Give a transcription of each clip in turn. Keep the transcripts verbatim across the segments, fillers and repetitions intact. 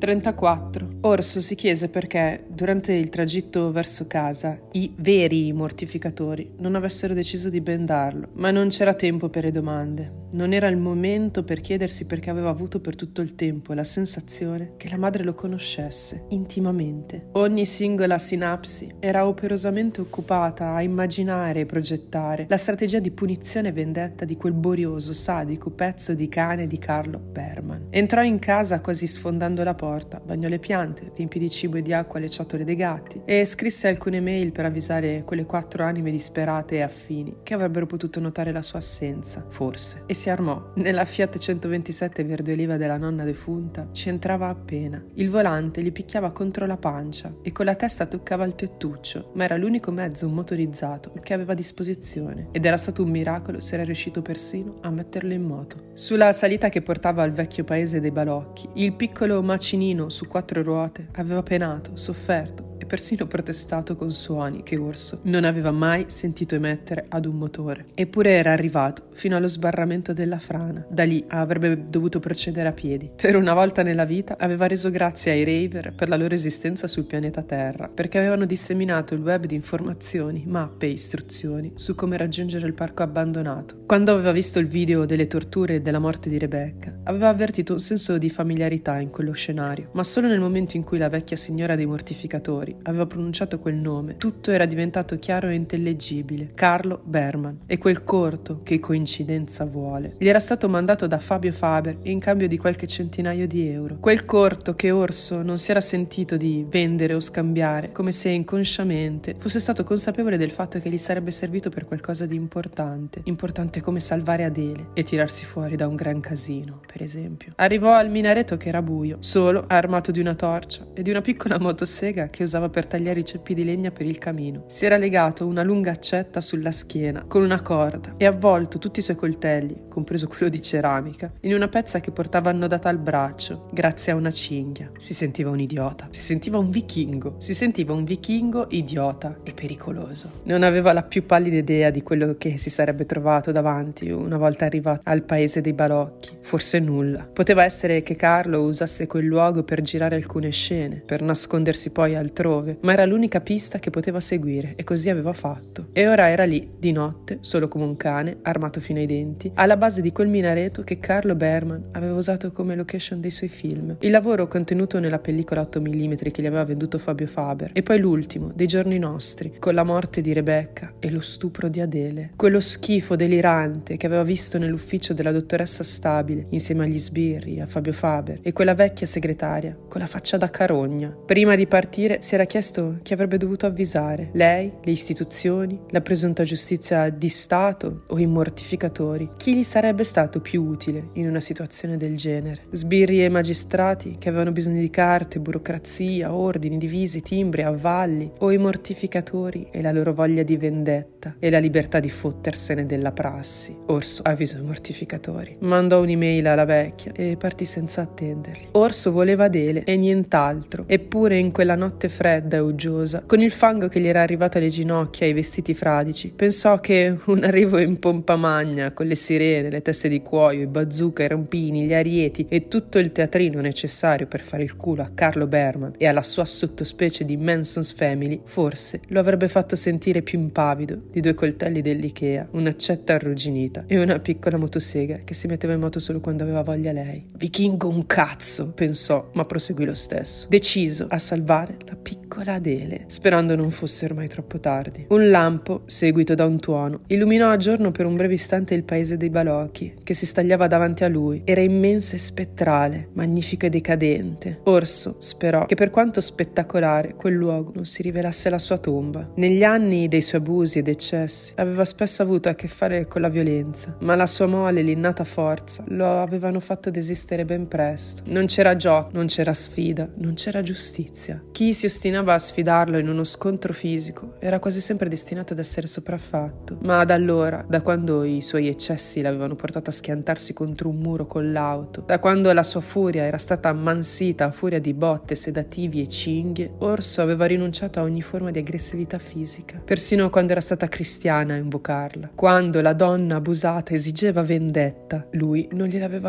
trentaquattro. Orso si chiese perché, durante il tragitto verso casa, i veri mortificatori non avessero deciso di bendarlo, ma non c'era tempo per le domande. Non era il momento per chiedersi perché aveva avuto per tutto il tempo la sensazione che la madre lo conoscesse intimamente. Ogni singola sinapsi era operosamente occupata a immaginare e progettare la strategia di punizione e vendetta di quel borioso, sadico pezzo di cane di Carlo Berman. Entrò in casa quasi sfondando la porta, bagnò le piante, riempì di cibo e di acqua le ciotole dei gatti e scrisse alcune mail per avvisare quelle quattro anime disperate e affini che avrebbero potuto notare la sua assenza, forse. E si armò. Nella Fiat centoventisette verde oliva della nonna defunta ci entrava appena. Il volante gli picchiava contro la pancia e con la testa toccava il tettuccio, ma era l'unico mezzo motorizzato che aveva a disposizione ed era stato un miracolo se era riuscito persino a metterlo in moto. Sulla salita che portava al vecchio paese dei balocchi, il piccolo macinino su quattro ruote aveva penato, sofferto e persino protestato con suoni che Orso non aveva mai sentito emettere ad un motore. Eppure era arrivato fino allo sbarramento della frana. Da lì avrebbe dovuto procedere a piedi. Per una volta nella vita aveva reso grazie ai raver per la loro esistenza sul pianeta Terra, perché avevano disseminato il web di informazioni, mappe e istruzioni su come raggiungere il parco abbandonato. Quando aveva visto il video delle torture e della morte di Rebecca, aveva avvertito un senso di familiarità in quello scenario, ma solo nel momento in cui la vecchia signora dei mortificatori aveva pronunciato quel nome, tutto era diventato chiaro e intellegibile. Carlo Berman. E quel corto, che coincidenza vuole, gli era stato mandato da Fabio Faber in cambio di qualche centinaio di euro. Quel corto che Orso non si era sentito di vendere o scambiare, come se inconsciamente fosse stato consapevole del fatto che gli sarebbe servito per qualcosa di importante, importante come salvare Adele e tirarsi fuori da un gran casino, per esempio. Arrivò al minareto che era buio, solo, armato di una torcia e di una piccola motosega che usava per tagliare i ceppi di legna per il camino. Si era legato una lunga accetta sulla schiena con una corda e avvolto tutti i suoi coltelli, compreso quello di ceramica, in una pezza che portava annodata al braccio, grazie a una cinghia. Si sentiva un idiota, si sentiva un vichingo, si sentiva un vichingo idiota e pericoloso. Non aveva la più pallida idea di quello che si sarebbe trovato davanti una volta arrivato al paese dei balocchi. Forse nulla. Poteva essere che Carlo usasse quel luogo per girare alcune scene, per nascondersi poi altrove, ma era l'unica pista che poteva seguire e così aveva fatto. E ora era lì, di notte, solo come un cane, armato fino ai denti, alla base di quel minareto che Carlo Berman aveva usato come location dei suoi film. Il lavoro contenuto nella pellicola otto millimetri che gli aveva venduto Fabio Faber e poi l'ultimo, dei giorni nostri, con la morte di Rebecca e lo stupro di Adele. Quello schifo delirante che aveva visto nell'ufficio della dottoressa Stabile insieme agli sbirri, a Fabio Faber e quella vecchia segretaria con la faccia da carogna. Prima di partire si era chiesto chi avrebbe dovuto avvisare, lei, le istituzioni, la presunta giustizia di Stato o i mortificatori. Chi gli sarebbe stato più utile in una situazione del genere? Sbirri e magistrati che avevano bisogno di carte, burocrazia, ordini, divisi, timbri, avvalli, o i mortificatori e la loro voglia di vendetta e la libertà di fottersene della prassi. Orso avvisò i mortificatori, mandò un'email alla vecchia e partì senza attenderli. Orso voleva Adele e nient'altro, eppure in quella notte fredda e uggiosa, con il fango che gli era arrivato alle ginocchia e i vestiti fradici, pensò che un arrivo in pompa magna, con le sirene, le teste di cuoio, i bazooka, i rampini, gli arieti e tutto il teatrino necessario per fare il culo a Carlo Berman e alla sua sottospecie di Manson's Family, forse lo avrebbe fatto sentire più impavido di due coltelli dell'Ikea, un'accetta arrugginita e una piccola motosega che si metteva in moto solo quando aveva voglia lei. Vichingo un cazzo, pensò, ma proseguì lo stesso, deciso a salvare la piccola Adele, sperando non fosse ormai troppo tardi. Un lampo, seguito da un tuono, illuminò a giorno per un breve istante il paese dei balocchi, che si stagliava davanti a lui. Era immensa e spettrale, magnifico e decadente. Orso sperò che per quanto spettacolare quel luogo non si rivelasse la sua tomba. Negli anni dei suoi abusi ed eccessi aveva spesso avuto a che fare con la violenza, ma la sua mole e l'innata forza lo avevano fatto desistere ben presto. Non c'era gioco, non c'era sfida, non c'era giustizia. Chi si ostinava a sfidarlo in uno scontro fisico era quasi sempre destinato ad essere sopraffatto, ma da allora, da quando i suoi eccessi l'avevano portato a schiantarsi contro un muro con l'auto, da quando la sua furia era stata ammansita a furia di botte, sedativi e cinghie, Orso aveva rinunciato a ogni forma di aggressività fisica, persino quando era stata cristiana a invocarla. Quando la donna abusata esigeva vendetta, lui non gliel'aveva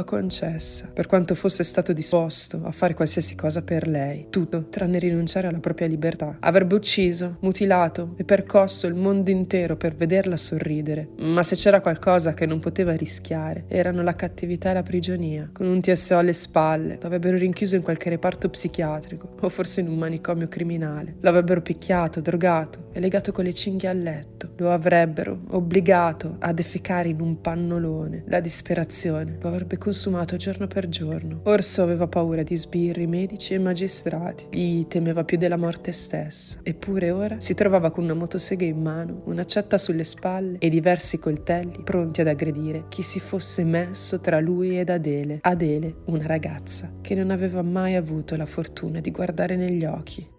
l'aveva concessa, per quanto fosse stato disposto a fare qualsiasi cosa per lei, tutto tranne rinunciare alla propria libertà. Avrebbe ucciso, mutilato e percosso il mondo intero per vederla sorridere, ma se c'era qualcosa che non poteva rischiare erano la cattività e la prigionia. Con un T S O alle spalle l'avrebbero rinchiuso in qualche reparto psichiatrico o forse in un manicomio criminale. L'avrebbero picchiato, drogato e legato con le cinghie al letto. Lo avrebbero obbligato a defecare in un pannolone. La disperazione lo avrebbe consumato giorno per giorno. Orso aveva paura di sbirri, medici e magistrati. Gli temeva più della morte stessa. Eppure ora si trovava con una motosega in mano, un'accetta sulle spalle e diversi coltelli pronti ad aggredire chi si fosse messo tra lui ed Adele. Adele, una ragazza che non aveva mai avuto la fortuna di guardare negli occhi.